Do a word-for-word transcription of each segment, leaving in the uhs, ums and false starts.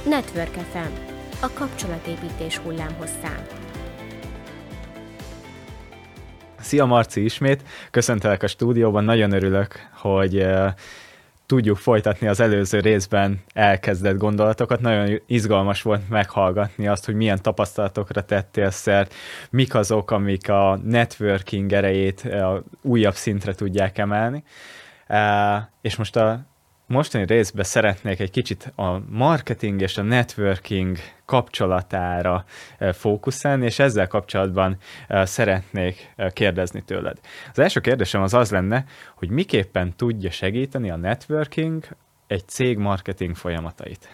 Network ef em, a kapcsolatépítés hullámhosszán. Szia Marci ismét, köszöntelek a stúdióban, nagyon örülök, hogy uh, tudjuk folytatni az előző részben elkezdett gondolatokat. Nagyon izgalmas volt meghallgatni azt, hogy milyen tapasztalatokra tettél szert, mik azok, amik a networking erejét uh, újabb szintre tudják emelni. Uh, és most a mostani részben szeretnék egy kicsit a marketing és a networking kapcsolatára fókuszálni, és ezzel kapcsolatban szeretnék kérdezni tőled. Az első kérdésem az az lenne, hogy miképpen tudja segíteni a networking egy cég marketing folyamatait?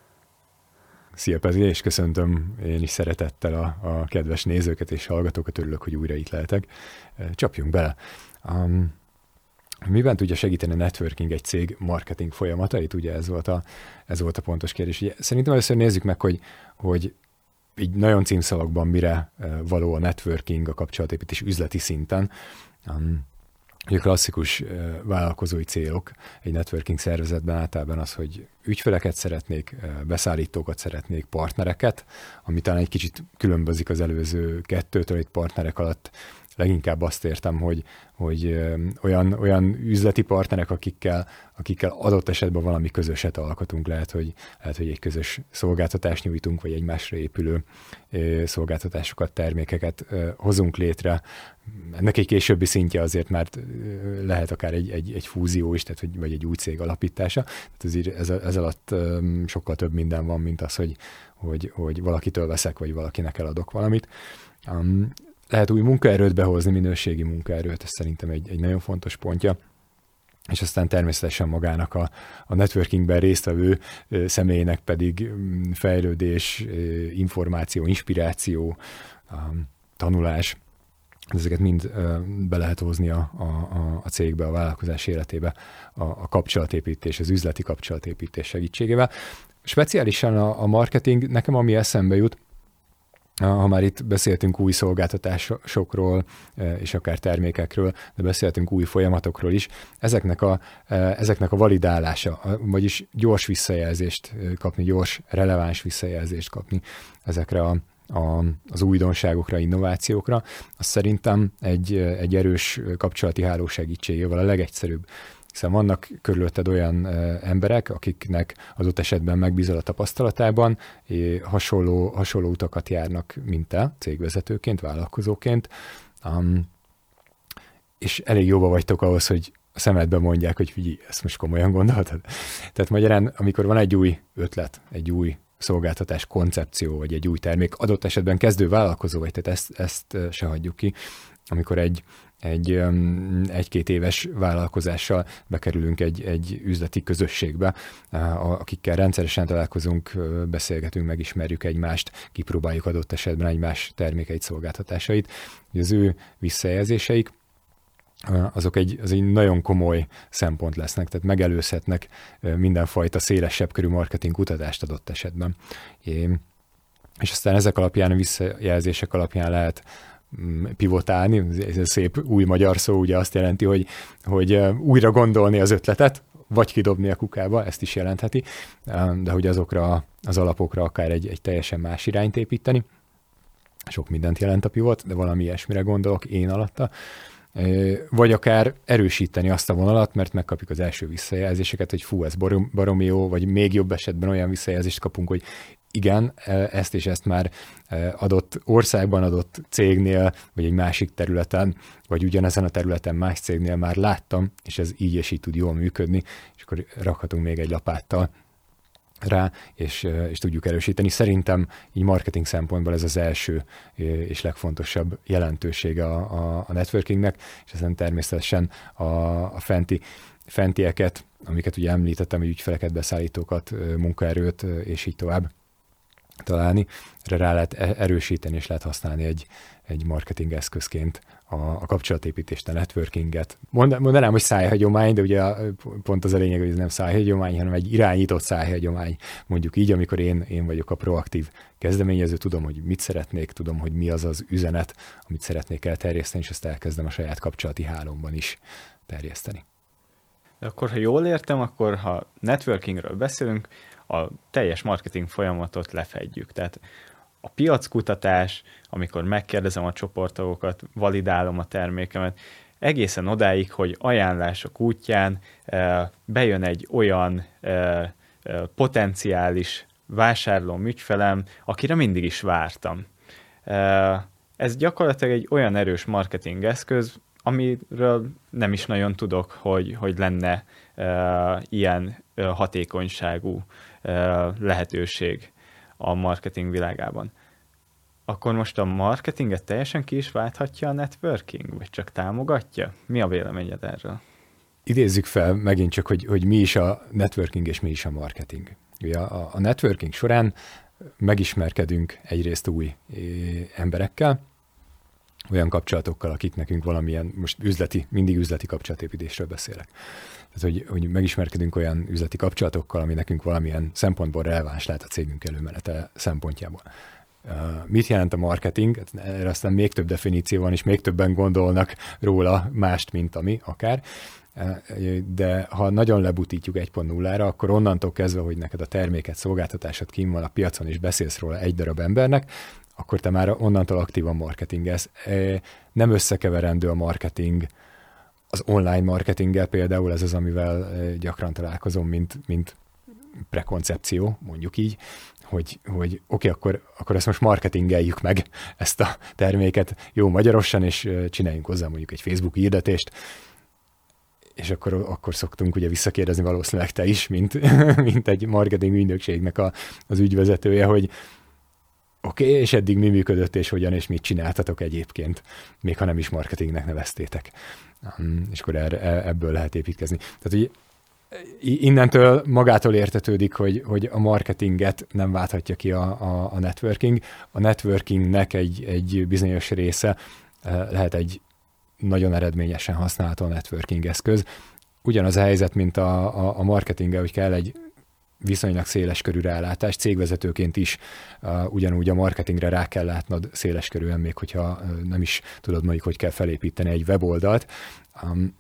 Szia Peti, és köszöntöm én is szeretettel a, a kedves nézőket és hallgatókat, örülök, hogy újra itt lehetek. Csapjunk bele! Um, Miben tudja segíteni a networking egy cég marketing folyamatait? Ugye ez volt a, ez volt a pontos kérdés. Ugye, szerintem először nézzük meg, hogy, hogy így nagyon címszavakban mire való a networking, a kapcsolatépítés üzleti szinten. Um, ugye klasszikus uh, vállalkozói célok egy networking szervezetben általában az, hogy ügyfeleket szeretnék, uh, beszállítókat szeretnék, partnereket, ami talán egy kicsit különbözik az előző kettőtől, itt partnerek alatt leginkább azt értem, hogy, hogy olyan, olyan üzleti partnerek, akikkel, akikkel adott esetben valami közöset alkotunk, lehet hogy, lehet, hogy egy közös szolgáltatást nyújtunk, vagy egymásra épülő szolgáltatásokat, termékeket hozunk létre. Ennek egy későbbi szintje azért, mert lehet akár egy, egy, egy fúzió is, tehát, vagy egy új cég alapítása. Tehát ez, ez alatt sokkal több minden van, mint az, hogy, hogy, hogy valakitől veszek, vagy valakinek eladok valamit. Lehet új munkaerőt behozni, minőségi munkaerőt, ez szerintem egy, egy nagyon fontos pontja. És aztán természetesen magának a, a networkingben résztvevő személynek pedig fejlődés, információ, inspiráció, tanulás, ezeket mind be lehet hozni a, a, a cégbe, a vállalkozás életébe a, a kapcsolatépítés, az üzleti kapcsolatépítés segítségével. Speciálisan a, a marketing, nekem ami eszembe jut, ha már itt beszéltünk új szolgáltatásokról, és akár termékekről, de beszéltünk új folyamatokról is, ezeknek a, ezeknek a validálása, vagyis gyors visszajelzést kapni, gyors, releváns visszajelzést kapni ezekre a, a, az újdonságokra, innovációkra, az szerintem egy, egy erős kapcsolati háló segítségével a legegyszerűbb. Hiszen vannak körülötted olyan emberek, akiknek adott esetben megbízol a tapasztalatában, hasonló, hasonló utakat járnak, mint te, cégvezetőként, vállalkozóként, um, és elég jóba vagytok ahhoz, hogy a szemedben mondják, hogy figyelj, ezt most komolyan gondoltad. Tehát magyarán, amikor van egy új ötlet, egy új szolgáltatás, koncepció, vagy egy új termék, adott esetben kezdő vállalkozó vagy, tehát ezt, ezt se hagyjuk ki, amikor egy egy egy-két éves vállalkozással bekerülünk egy, egy üzleti közösségbe, akikkel rendszeresen találkozunk, beszélgetünk, megismerjük egymást, kipróbáljuk adott esetben egymás termékeit, szolgáltatásait. Az ő visszajelzéseik, azok egy, az egy nagyon komoly szempont lesznek, tehát megelőzhetnek mindenfajta szélesebb körű marketing kutatást adott esetben. És aztán ezek alapján, a visszajelzések alapján lehet pivotálni, ez egy szép új magyar szó, ugye azt jelenti, hogy, hogy újra gondolni az ötletet, vagy kidobni a kukába, ezt is jelentheti, de hogy azokra az alapokra akár egy, egy teljesen más irányt építeni. Sok mindent jelent a pivot, de valami ilyesmire gondolok én alatta. Vagy akár erősíteni azt a vonalat, mert megkapjuk az első visszajelzéseket, hogy fú, ez barom, baromi jó, vagy még jobb esetben olyan visszajelzést kapunk, hogy igen, ezt és ezt már adott országban, adott cégnél, vagy egy másik területen, vagy ugyanezen a területen más cégnél már láttam, és ez így és így tud jól működni, és akkor rakhatunk még egy lapáttal rá, és, és tudjuk erősíteni. Szerintem így marketing szempontból ez az első és legfontosabb jelentősége a, a, a networkingnek, és ezen természetesen a, a fenti, fentieket, amiket ugye említettem, hogy ügyfeleket, beszállítókat, munkaerőt, és így tovább találni, erre rá lehet erősíteni, és lehet használni egy, egy marketing eszközként a, a kapcsolatépítést, a networkinget. Mond, mondanám, hogy szájhagyomány, de ugye pont az a lényeg, hogy ez nem szájhagyomány, hanem egy irányított szájhagyomány, mondjuk így, amikor én, én vagyok a proaktív kezdeményező, tudom, hogy mit szeretnék, tudom, hogy mi az az üzenet, amit szeretnék elterjeszteni, és ezt elkezdem a saját kapcsolati hálómban is terjeszteni. De akkor, ha jól értem, akkor ha networkingről beszélünk, a teljes marketing folyamatot lefedjük. Tehát a piackutatás, amikor megkérdezem a csoporttagokat, validálom a termékemet, egészen odáig, hogy ajánlások útján bejön egy olyan potenciális vásárló ügyfelem, akire mindig is vártam. Ez gyakorlatilag egy olyan erős marketing eszköz, amiről nem is nagyon tudok, hogy, hogy lenne ilyen hatékonyságú lehetőség a marketing világában. Akkor most a marketinget teljesen ki is válthatja a networking, vagy csak támogatja? Mi a véleményed erről? Idézzük fel megint csak, hogy, hogy mi is a networking és mi is a marketing. Ugye a, a networking során megismerkedünk egyrészt új emberekkel, olyan kapcsolatokkal, akik nekünk valamilyen, most üzleti, mindig üzleti kapcsolatépítésről beszélek. Tehát, hogy, hogy megismerkedünk olyan üzleti kapcsolatokkal, ami nekünk valamilyen szempontból releváns lehet a cégünk előmenete szempontjából. Uh, mit jelent a marketing? Erre aztán még több definíció van, és még többen gondolnak róla mást, mint ami akár. Uh, de ha nagyon lebutítjuk egy pont nullára, akkor onnantól kezdve, hogy neked a terméket, szolgáltatásod kint van a piacon, és beszélsz róla egy darab embernek, akkor te már onnantól aktívan marketingez. Nem összekeverendő a marketing az online marketinggel például, ez az, amivel gyakran találkozom, mint, mint prekoncepció, mondjuk így, hogy, hogy oké, okay, akkor, akkor ezt most marketingeljük meg, ezt a terméket jó magyarosan, és csináljunk hozzá mondjuk egy Facebook hirdetést, és akkor, akkor szoktunk ugye visszakérdezni valószínűleg te is, mint, mint egy marketing ügynökségnek a, az ügyvezetője, hogy oké, okay, és eddig mi működött, és hogyan, és mit csináltatok egyébként, még ha nem is marketingnek neveztétek. Um, és akkor erre, ebből lehet építkezni. Tehát, hogy innentől magától értetődik, hogy, hogy a marketinget nem válthatja ki a, a, a networking. A networkingnek egy, egy bizonyos része lehet egy nagyon eredményesen használható networking eszköz. Ugyanaz a helyzet, mint a, a, a marketinggel, hogy kell egy viszonylag széles körű rálátás, cégvezetőként is uh, ugyanúgy a marketingre rá kell látnod széles körűen, még hogyha uh, nem is tudod mondjuk, hogy kell felépíteni egy weboldalt, um,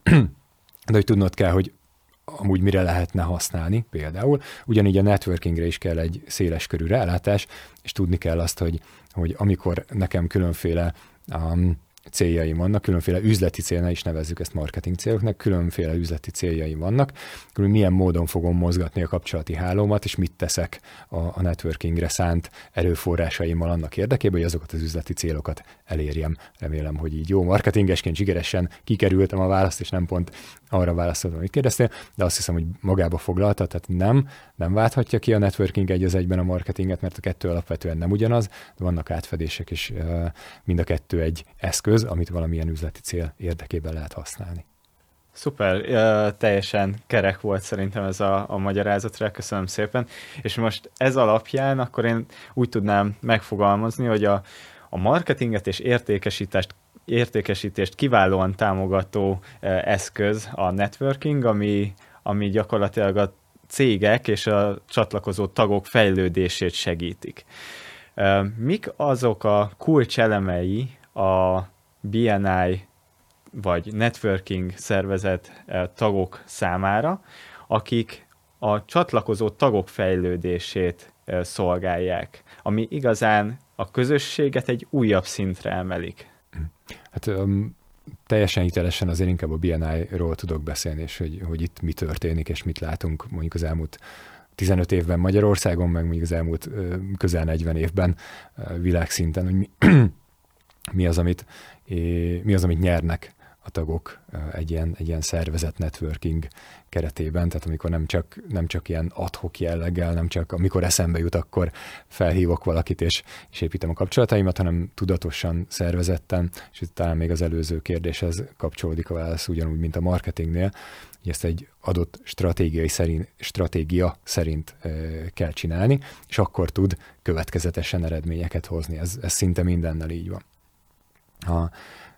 de hogy tudnod kell, hogy amúgy mire lehetne használni például. Ugyanígy a networkingre is kell egy széles körű rálátás, és tudni kell azt, hogy, hogy amikor nekem különféle um, céljaim vannak, különféle üzleti célnál is nevezzük ezt marketing céloknak, különféle üzleti céljaim vannak, hogy milyen módon fogom mozgatni a kapcsolati hálómat, és mit teszek a, a networkingre szánt erőforrásaimmal annak érdekében, hogy azokat az üzleti célokat elérjem. Remélem, hogy így jó marketingesként sikeresen kikerültem a választ, és nem pont arra válaszoltam, amit kérdeztél, de azt hiszem, hogy magába foglalta, tehát nem, nem válthatja ki a networking egy az egyben a marketinget, mert a kettő alapvetően nem ugyanaz, de vannak átfedések, és uh, mind a kettő egy eszköz, amit valamilyen üzleti cél érdekében lehet használni. Szuper, uh, teljesen kerek volt szerintem ez a, a magyarázatra, köszönöm szépen. És most ez alapján akkor én úgy tudnám megfogalmazni, hogy a, a marketinget és értékesítést, értékesítést kiválóan támogató uh, eszköz a networking, ami, ami gyakorlatilag a cégek és a csatlakozó tagok fejlődését segítik. Uh, mik azok a kulcselemei a bé en i vagy networking szervezet tagok számára, akik a csatlakozó tagok fejlődését szolgálják, ami igazán a közösséget egy újabb szintre emelik? Hát um, teljesen hitelesen azért inkább a bé en i-ról tudok beszélni, és hogy, hogy itt mi történik, és mit látunk mondjuk az elmúlt tizenöt évben Magyarországon, meg mondjuk az elmúlt közel negyven évben világszinten, hogy mi, mi, az, amit, mi az, amit nyernek a tagok egy ilyen, egy ilyen szervezet networking keretében, tehát amikor nem csak, nem csak ilyen ad-hoc jelleggel, nem csak amikor eszembe jut, akkor felhívok valakit, és, és építem a kapcsolataimat, hanem tudatosan, szervezetten, és itt talán még az előző kérdéshez kapcsolódik a válasz, ugyanúgy, mint a marketingnél, hogy ezt egy adott stratégiai szerint, stratégia szerint e, kell csinálni, és akkor tud következetesen eredményeket hozni. Ez, ez szinte mindennel így van. A,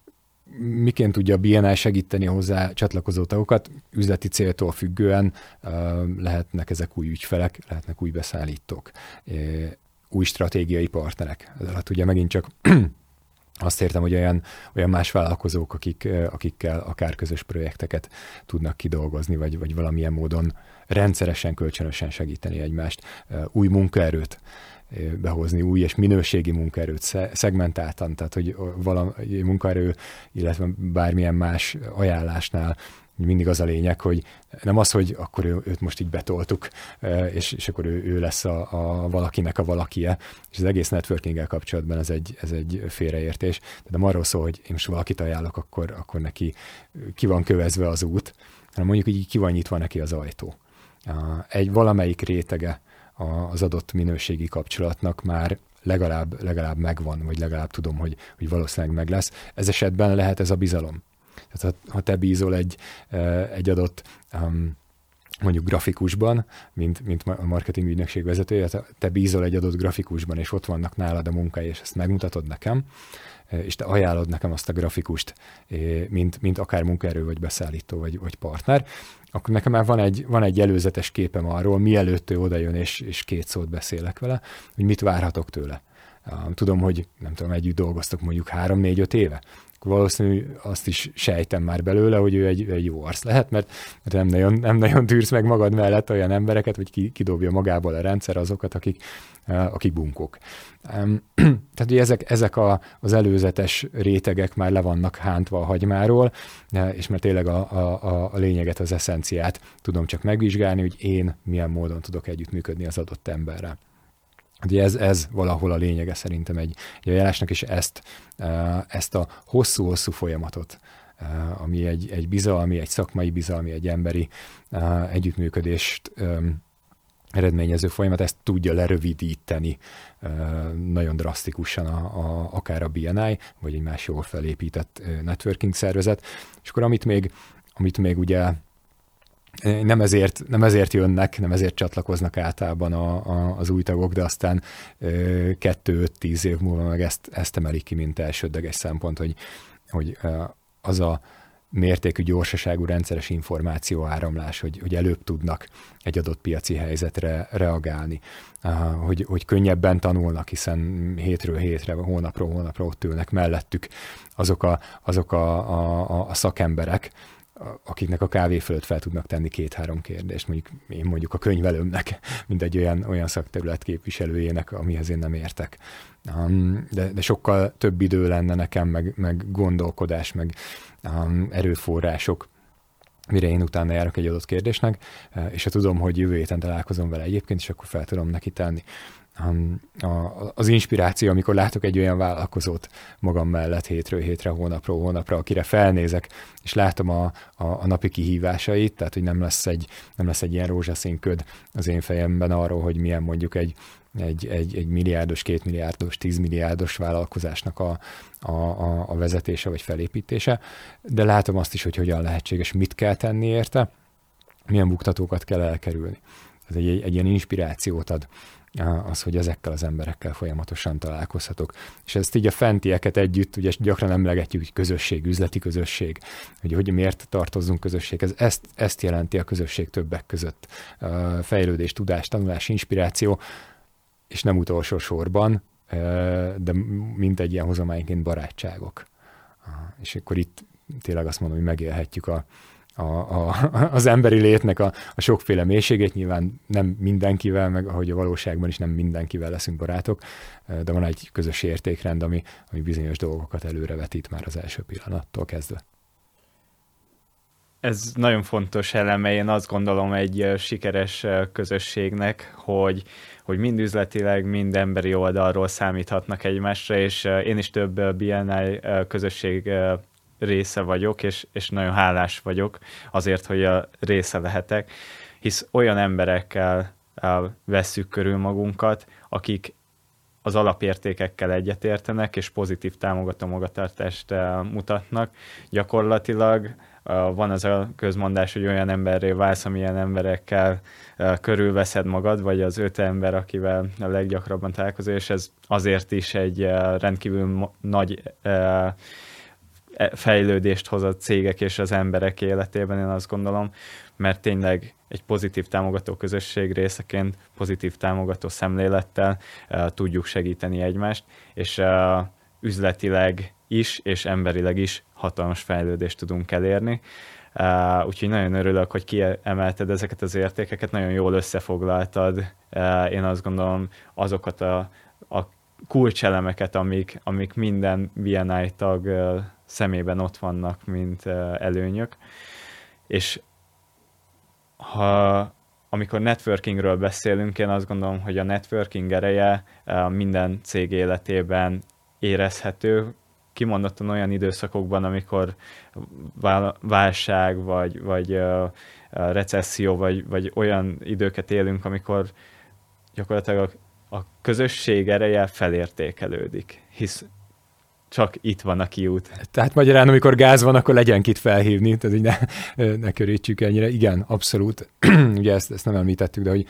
miként tudja a bé en i segíteni hozzá csatlakozó tagokat? Üzleti céltól függően uh, lehetnek ezek új ügyfelek, lehetnek új beszállítók, uh, új stratégiai partnerek. Ez alatt ugye megint csak Azt értem, hogy olyan, olyan más vállalkozók, akik, akikkel akár közös projekteket tudnak kidolgozni, vagy, vagy valamilyen módon rendszeresen, kölcsönösen segíteni egymást, új munkaerőt behozni, új és minőségi munkaerőt szegmentáltan, tehát hogy valami munkaerő, illetve bármilyen más ajánlásnál mindig az a lényeg, hogy nem az, hogy akkor ő, őt most így betoltuk, és, és akkor ő, ő lesz a, a valakinek a valakie, és az egész networkinggel kapcsolatban ez egy, ez egy félreértés. De nem arról szól, hogy én most valakit ajánlok, akkor, akkor neki ki van kövezve az út, hanem mondjuk így ki van nyitva neki az ajtó. Egy valamelyik rétege az adott minőségi kapcsolatnak már legalább, legalább megvan, vagy legalább tudom, hogy, hogy valószínűleg meg lesz. Ez esetben lehet ez a bizalom. Tehát ha, ha te bízol egy, egy adott um, mondjuk grafikusban, mint, mint a marketing ügynökség vezetője, te bízol egy adott grafikusban, és ott vannak nálad a munkái, és ezt megmutatod nekem, és te ajánlod nekem azt a grafikust, mint, mint akár munkaerő, vagy beszállító, vagy, vagy partner, akkor nekem már van egy, van egy előzetes képem arról, mielőtt ő odajön, és, és két szót beszélek vele, hogy mit várhatok tőle. Tudom, hogy nem tudom, együtt dolgoztok mondjuk három-négy-öt éve, valószínű azt is sejtem már belőle, hogy ő egy, egy jó arc lehet, mert, mert nem, nagyon, nem nagyon tűrsz meg magad mellett olyan embereket, vagy ki, kidobja magából a rendszer azokat, akik, akik bunkók. Tehát ugye ezek, ezek a, az előzetes rétegek már le vannak hántva a hagymáról, és mert tényleg a, a, a lényeget, az eszenciát tudom csak megvizsgálni, hogy én milyen módon tudok együttműködni az adott emberrel. Ugye ez, ez valahol a lényege szerintem egy, egy ajánlásnak, és ezt, ezt a hosszú-hosszú folyamatot, ami egy, egy bizalmi, egy szakmai bizalmi, egy emberi együttműködést eredményező folyamat, ezt tudja lerövidíteni nagyon drasztikusan a, a, akár a bé en i, vagy egy más jól felépített networking szervezet. És akkor amit még, amit még ugye Nem ezért, nem ezért jönnek, nem ezért csatlakoznak általában a, a, az új tagok, de aztán kettő-öt-tíz év múlva meg ezt, ezt emelik ki, mint elsődleges szempont, hogy, hogy az a mértékű, gyorsaságú rendszeres információ áramlás, hogy, hogy előbb tudnak egy adott piaci helyzetre reagálni, hogy, hogy könnyebben tanulnak, hiszen hétről hétre, hónapról hónapra ott ülnek mellettük azok a, azok a, a, a szakemberek, akiknek a kávé fölött fel tudnak tenni két-három kérdést, mondjuk én mondjuk a könyvelőmnek, mint egy olyan, olyan szakterület képviselőjének, amihez én nem értek. Um, de, de sokkal több idő lenne nekem, meg, meg gondolkodás, meg um, erőforrások, mire én utána járok egy adott kérdésnek, és ha tudom, hogy jövő héten találkozom vele egyébként, és akkor fel tudom neki tenni. Az inspiráció, amikor látok egy olyan vállalkozót magam mellett hétről hétre, hónapról hónapra, akire felnézek, és látom a, a, a napi kihívásait, tehát hogy nem lesz egy, nem lesz egy ilyen rózsaszín köd az én fejemben arról, hogy milyen mondjuk egy, egy, egy, egy milliárdos, kétmilliárdos, tízmilliárdos vállalkozásnak a, a, a, a vezetése vagy felépítése, de látom azt is, hogy hogyan lehetséges, mit kell tenni érte, milyen buktatókat kell elkerülni. Ez egy, egy, egy ilyen inspirációt ad az, hogy ezekkel az emberekkel folyamatosan találkozhatok. És ezt így a fentieket együtt, ugye gyakran emlegetjük, hogy közösség, üzleti közösség, hogy, hogy miért tartozzunk közösséghez. Ezt, ezt jelenti a közösség többek között. Fejlődés, tudás, tanulás, inspiráció, és nem utolsó sorban, de mint egy ilyen hozományként barátságok. És akkor itt tényleg azt mondom, hogy megélhetjük a A, a, az emberi létnek a, a sokféle mélységét, nyilván nem mindenkivel, meg ahogy a valóságban is nem mindenkivel leszünk barátok, de van egy közös értékrend, ami, ami bizonyos dolgokat előrevetít már az első pillanattól kezdve. Ez nagyon fontos eleme, én azt gondolom egy sikeres közösségnek, hogy, hogy mind üzletileg, mind emberi oldalról számíthatnak egymásra, és én is több bé en i közösség része vagyok, és, és nagyon hálás vagyok azért, hogy a része lehetek, hisz olyan emberekkel vesszük körül magunkat, akik az alapértékekkel egyetértenek, és pozitív támogató magatartást mutatnak. Gyakorlatilag van az a közmondás, hogy olyan emberré válsz, amilyen emberekkel körülveszed magad, vagy az öt ember, akivel a leggyakrabban találkozol, és ez azért is egy rendkívül nagy fejlődést hoz a cégek és az emberek életében, én azt gondolom, mert tényleg egy pozitív támogató közösség részeként, pozitív támogató szemlélettel uh, tudjuk segíteni egymást, és uh, üzletileg is, és emberileg is hatalmas fejlődést tudunk elérni. Uh, úgyhogy nagyon örülök, hogy kiemelted ezeket az értékeket, nagyon jól összefoglaltad. Uh, én azt gondolom azokat a, a kulcselemeket, amik, amik minden bé en i tag uh, szemében ott vannak, mint uh, előnyök. És ha amikor networkingről beszélünk, én azt gondolom, hogy a networking ereje uh, minden cég életében érezhető, kimondottan olyan időszakokban, amikor válság, vagy, vagy uh, recesszió, vagy, vagy olyan időket élünk, amikor gyakorlatilag a, a közösség ereje felértékelődik, hisz csak itt van a kiút. Tehát magyarán, amikor gáz van, akkor legyen kit felhívni, tehát így ne, ne körítsük ennyire. Igen, abszolút. Ugye ezt, ezt nem említettük, de hogy,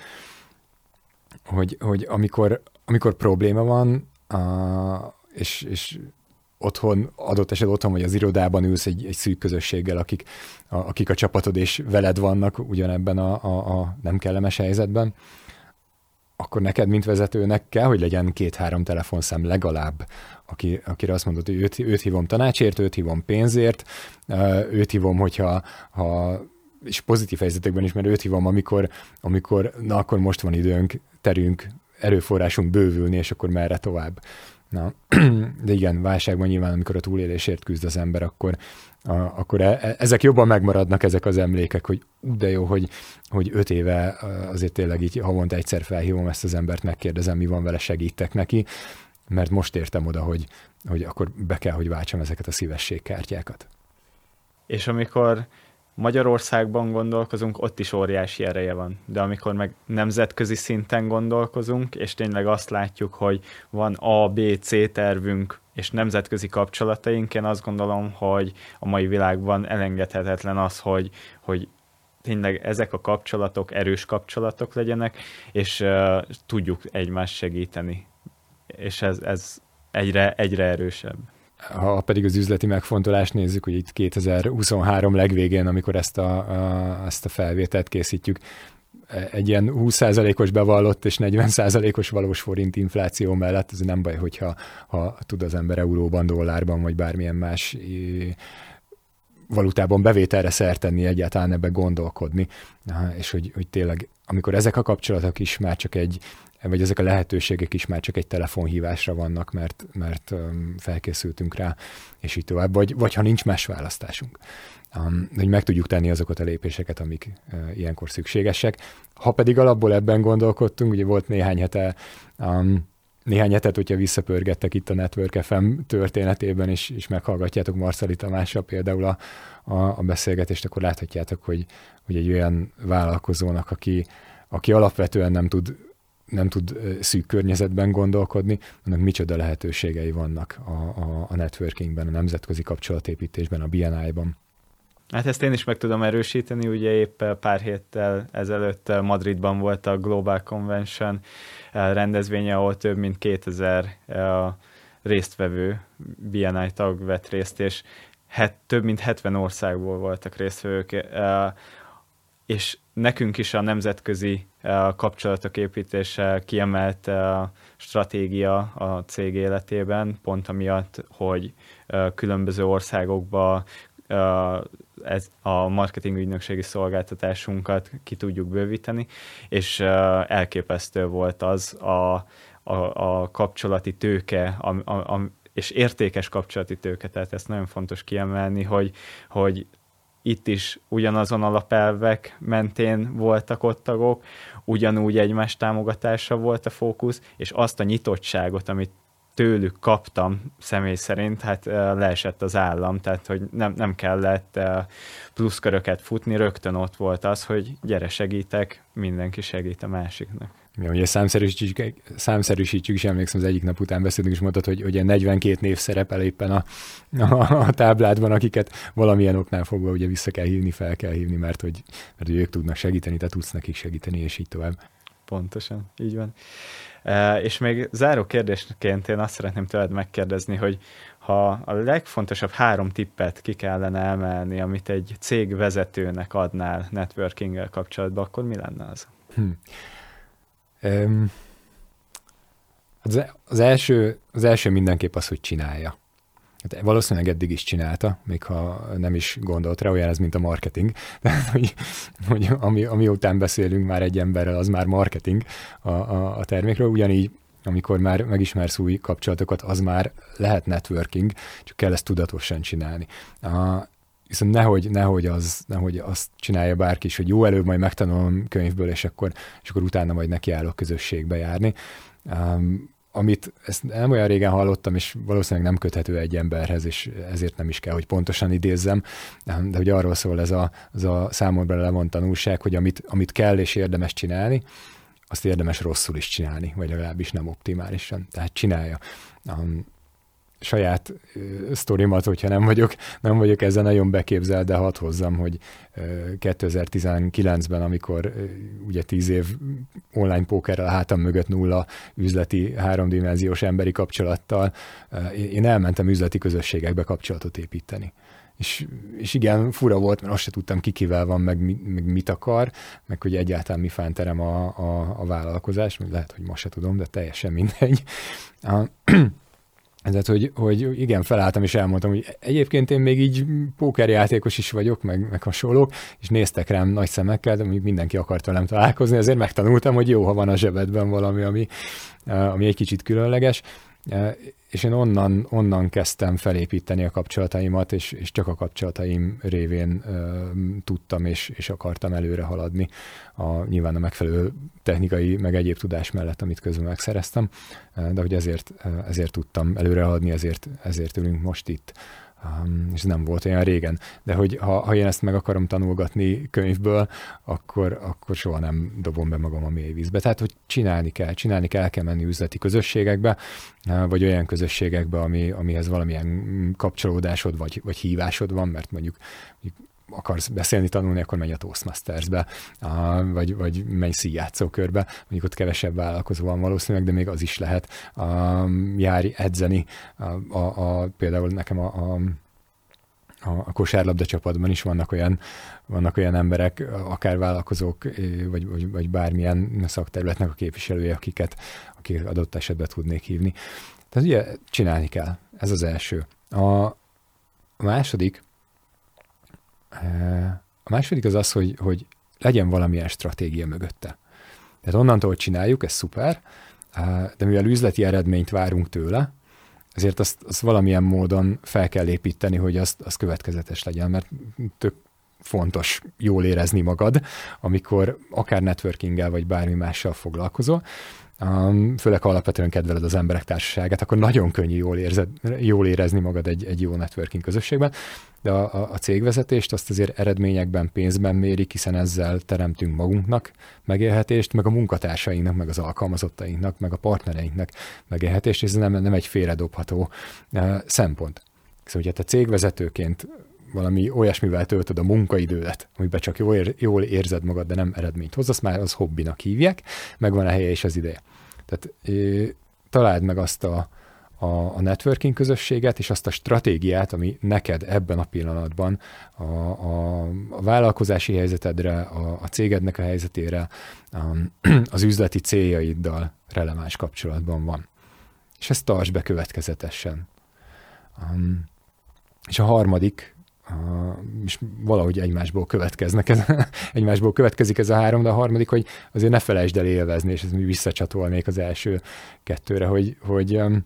hogy, hogy amikor, amikor probléma van, uh, és, és otthon, adott esetben otthon vagy az irodában ülsz egy, egy szűk közösséggel, akik a, akik a csapatod és veled vannak ugyanebben a, a, a nem kellemes helyzetben, akkor neked, mint vezetőnek kell, hogy legyen két-három telefonszám legalább, aki, akire azt mondod, hogy őt, őt hívom tanácsért, őt hívom pénzért, őt hívom, hogyha ha, és pozitív helyzetekben is, mert őt hívom, amikor, amikor na akkor most van időnk, terünk, erőforrásunk bővülni, és akkor merre tovább. Na, de igen, válságban nyilván, amikor a túlélésért küzd az ember, akkor, a, akkor e, ezek jobban megmaradnak, ezek az emlékek, hogy de jó, hogy, hogy öt éve azért tényleg így havonta egyszer felhívom ezt az embert, megkérdezem, mi van vele, segítek neki, mert most értem oda, hogy, hogy akkor be kell, hogy váltsam ezeket a szívességkártyákat. És amikor Magyarországban gondolkozunk, ott is óriási ereje van. De amikor meg nemzetközi szinten gondolkozunk, és tényleg azt látjuk, hogy van A, B, C tervünk, és nemzetközi kapcsolataink, én azt gondolom, hogy a mai világban elengedhetetlen az, hogy, hogy tényleg ezek a kapcsolatok erős kapcsolatok legyenek, és uh, tudjuk egymást segíteni. És ez, ez egyre, egyre erősebb. Ha pedig az üzleti megfontolást nézzük, hogy itt kétezer-huszonhárom legvégén, amikor ezt a, a, ezt a felvételt készítjük, egy ilyen húsz százalékos bevallott és negyven százalékos valós forint infláció mellett, ez nem baj, hogyha ha tud az ember euróban, dollárban, vagy bármilyen más valutában bevételre szert tenni, egyáltalán ebbe gondolkodni, és hogy, hogy tényleg, amikor ezek a kapcsolatok is már csak egy, vagy ezek a lehetőségek is már csak egy telefonhívásra vannak, mert, mert felkészültünk rá, és így tovább, vagy, vagy ha nincs más választásunk. Um, hogy meg tudjuk tenni azokat a lépéseket, amik uh, ilyenkor szükségesek. Ha pedig alapból ebben gondolkodtunk, ugye volt néhány hete, um, néhány hetet, hogyha visszapörgettek itt a Network ef em történetében, és, és meghallgatjátok Marszali Tamással például a, a, a beszélgetést, akkor láthatjátok, hogy, hogy egy olyan vállalkozónak, aki, aki alapvetően nem tud nem tud szűk környezetben gondolkodni, annak micsoda lehetőségei vannak a, a, a networkingben, a nemzetközi kapcsolatépítésben, a bé en i-ban. Hát ezt én is meg tudom erősíteni, ugye épp pár héttel ezelőtt Madridban volt a Global Convention rendezvénye, ahol több mint kétezer résztvevő bé en i tag vett részt, és het, több mint hetven országból voltak résztvevők, és nekünk is a nemzetközi kapcsolatok építése kiemelt stratégia a cég életében, pont amiatt, hogy különböző országokba ez a marketing ügynökségi szolgáltatásunkat ki tudjuk bővíteni, és elképesztő volt az a, a, a kapcsolati tőke, a, a, a, és értékes kapcsolati tőke, tehát ezt nagyon fontos kiemelni, hogy, hogy itt is ugyanazon alapelvek mentén voltak ott tagok, ugyanúgy egymás támogatása volt a fókusz, és azt a nyitottságot, amit tőlük kaptam személy szerint, hát leesett az állam, tehát hogy nem, nem kellett pluszköröket futni, rögtön ott volt az, hogy gyere segítek, mindenki segít a másiknak. Ja, ugye számszerűsítjük, számszerűsítjük is, emlékszem, az egyik nap után beszéltünk, és mondtad, hogy ugye negyvenkét név szerepel éppen a, a, a tábládban, akiket valamilyen oknál fogva ugye vissza kell hívni, fel kell hívni, mert hogy, mert hogy ők tudnak segíteni, te tudsz nekik segíteni, és így tovább. Pontosan, így van. E, és még záró kérdésként én azt szeretném tőled megkérdezni, hogy ha a legfontosabb három tippet ki kellene emelni, amit egy cég vezetőnek adnál networkinggel kapcsolatban, akkor mi lenne az? Hm. Um, Az, az, első, az első mindenképp az, hogy csinálja. Hát valószínűleg eddig is csinálta, még ha nem is gondolt rá, olyan ez, mint a marketing. Tehát, hogy, hogy ami, ami után beszélünk már egy emberrel, az már marketing a, a, a termékről. Ugyanígy, amikor már megismersz új kapcsolatokat, az már lehet networking, csak kell ezt tudatosan csinálni. A, viszont nehogy, nehogy, az, nehogy azt csinálja bárki is, hogy jó, előbb majd megtanulom könyvből, és akkor, és akkor utána majd nekiállok közösségbe járni. Um, amit ezt nem olyan régen hallottam, és valószínűleg nem köthető egy emberhez, és ezért nem is kell, hogy pontosan idézzem, de hogy arról szól ez a, az a számomra levont tanulság, hogy amit, amit kell és érdemes csinálni, azt érdemes rosszul is csinálni, vagy legalábbis nem optimálisan. Tehát csinálja. Um, saját uh, sztorimat, hogyha nem vagyok, nem vagyok ezzel nagyon beképzelt, de hadd hozzam, hogy uh, kétezer-tizenkilencben, amikor uh, ugye tíz év online pókerrel a hátam mögött nulla üzleti, háromdimenziós emberi kapcsolattal, uh, én elmentem üzleti közösségekbe kapcsolatot építeni. És, és igen, fura volt, mert azt se tudtam ki kivel van, meg, meg mit akar, meg hogy egyáltalán mi fánterem a, a, a vállalkozás, lehet, hogy most se tudom, de teljesen mindegy. Uh, Tehát, hogy, hogy igen, felálltam és elmondtam, hogy egyébként én még így pókerjátékos is vagyok, meg, meg hasonlók, és néztek rám nagy szemekkel, de mindenki akart velem találkozni, ezért megtanultam, hogy jó, ha van a zsebedben valami, ami, ami egy kicsit különleges. És én onnan, onnan kezdtem felépíteni a kapcsolataimat, és, és csak a kapcsolataim révén uh, tudtam és, és akartam előre haladni, a, nyilván a megfelelő technikai, meg egyéb tudás mellett, amit közben megszereztem, uh, de hogy ezért, uh, ezért tudtam előre haladni, ezért, ezért ülünk most itt. Um, és nem volt olyan régen. De hogy ha, ha én ezt meg akarom tanulgatni könyvből, akkor, akkor soha nem dobom be magam a mélyvízbe. Tehát, hogy csinálni kell, csinálni kell, el kell menni üzleti közösségekbe, vagy olyan közösségekbe, ami, amihez valamilyen kapcsolódásod, vagy, vagy hívásod van, mert mondjuk, mondjuk akarsz beszélni, tanulni, akkor menj a Toastmastersbe, vagy, vagy menj színjátszókörbe, mondjuk ott kevesebb vállalkozó van valószínűleg, de még az is lehet. Járj edzeni, a, a, a, például nekem a, a, a kosárlabda csapatban is vannak olyan, vannak olyan emberek, akár vállalkozók, vagy, vagy, vagy bármilyen szakterületnek a képviselői, akiket, akiket adott esetben tudnék hívni. Tehát ugye csinálni kell. Ez az első. A, a második, A második az az, hogy, hogy legyen valamilyen stratégia mögötte. Tehát onnantól, hogy csináljuk, ez szuper, de mivel üzleti eredményt várunk tőle, ezért azt, azt valamilyen módon fel kell építeni, hogy azt, az következetes legyen, mert tök fontos jól érezni magad, amikor akár networkinggel vagy bármi mással foglalkozol, Um, főleg ha alapvetően kedveled az emberek társaságát, akkor nagyon könnyű jól, érzed, jól érezni magad egy, egy jó networking közösségben, de a, a, a cégvezetést azt azért eredményekben, pénzben mérik, hiszen ezzel teremtünk magunknak megélhetést, meg a munkatársainknak, meg az alkalmazottainknak, meg a partnereinknek megélhetést, és ez nem, nem egy félredobható uh, szempont. Szóval, hogyha te cégvezetőként valami olyasmivel töltöd a munkaidődet, amiben csak jól, ér, jól érzed magad, de nem eredményt hoz, azt már az hobbinak hívják, megvan a helye és az ideje. Tehát é, találd meg azt a, a, a networking közösséget, és azt a stratégiát, ami neked ebben a pillanatban a, a, a vállalkozási helyzetedre, a, a cégednek a helyzetére, a, az üzleti céljaiddal releváns kapcsolatban van. És ezt tartsd be következetesen. Um, és a harmadik, Uh, és valahogy egymásból következnek, ez, egymásból következik ez a három, de a harmadik, hogy azért ne felejtsd el élvezni, és ez mi visszacsatolnék az első kettőre, hogy, hogy um,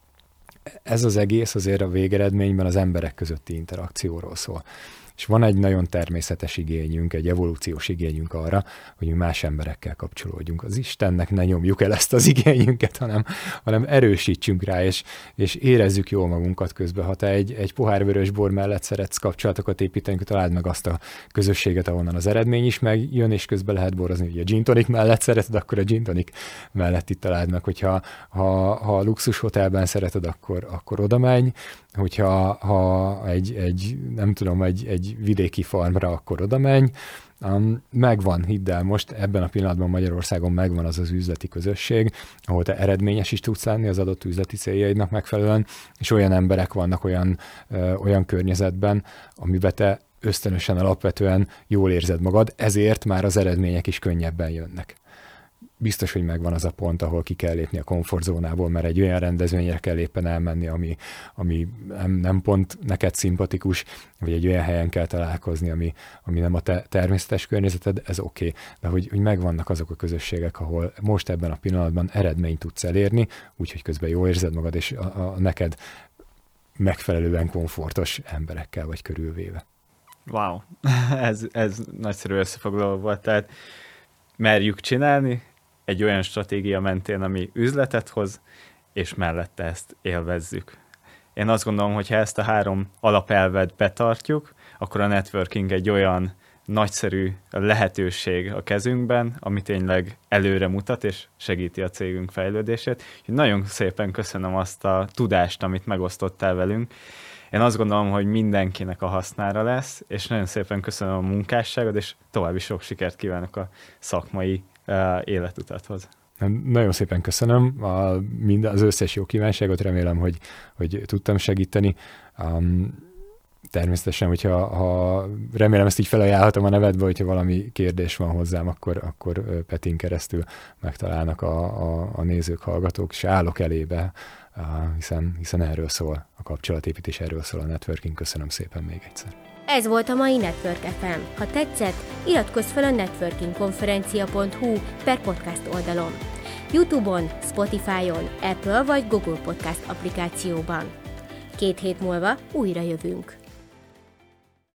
ez az egész azért a végeredményben az emberek közötti interakcióról szól. És van egy nagyon természetes igényünk, egy evolúciós igényünk arra, hogy mi más emberekkel kapcsolódjunk. Az Istennek ne nyomjuk el ezt az igényünket, hanem, hanem erősítsünk rá, és, és érezzük jól magunkat közben. Ha te egy, egy pohár vörösbor mellett szeretsz kapcsolatokat építeni, akkor találd meg azt a közösséget, ahonnan az eredmény is megjön, és közben lehet borozni. Ugye a gin tonic mellett szereted, akkor a gin tonic mellett itt találd meg, hogyha ha, ha luxus hotelben szereted, akkor, akkor oda menj, hogyha ha egy, egy, nem tudom, egy, egy vidéki farmra, akkor oda menj. Um, megvan, hidd el, most ebben a pillanatban Magyarországon megvan az az üzleti közösség, ahol te eredményes is tudsz lenni az adott üzleti céljaidnak megfelelően, és olyan emberek vannak olyan, ö, olyan környezetben, amiben te ösztönösen alapvetően jól érzed magad, ezért már az eredmények is könnyebben jönnek. biztos, hogy megvan az a pont, ahol ki kell lépni a komfortzónából, mert egy olyan rendezvényre kell éppen elmenni, ami, ami nem, nem pont neked szimpatikus, vagy egy olyan helyen kell találkozni, ami, ami nem a te természetes környezeted, ez oké. Okay. De hogy, hogy megvannak azok a közösségek, ahol most ebben a pillanatban eredményt tudsz elérni, úgyhogy közben jól érzed magad, és a, a neked megfelelően komfortos emberekkel vagy körülvéve. Wow, ez, ez nagyszerű összefoglaló volt, tehát merjük csinálni egy olyan stratégia mentén, ami üzletet hoz, és mellette ezt élvezzük. Én azt gondolom, hogy ha ezt a három alapelvet betartjuk, akkor a networking egy olyan nagyszerű lehetőség a kezünkben, ami tényleg előre mutat, és segíti a cégünk fejlődését. Nagyon szépen köszönöm azt a tudást, amit megosztottál velünk. Én azt gondolom, hogy mindenkinek a hasznára lesz, és nagyon szépen köszönöm a munkásságod, és további sok sikert kívánok a szakmai uh, életutathoz. Nagyon szépen köszönöm a, mind, az összes jó kívánságot, remélem, hogy, hogy tudtam segíteni. Um, természetesen, hogyha ha remélem ezt így felajánlhatom a nevedbe, hogyha valami kérdés van hozzám, akkor, akkor Petin keresztül megtalálnak a, a, a nézők, hallgatók, és állok elébe, uh, hiszen, hiszen erről szól a kapcsolatépítés, erről szól a networking. Köszönöm szépen még egyszer. Ez volt a mai Network ef em. Ha tetszett, iratkozz fel a networkingkonferencia pont hu per podcast oldalon. YouTube-on, Spotify-on, Apple vagy Google Podcast applikációban. Két hét múlva újra jövünk.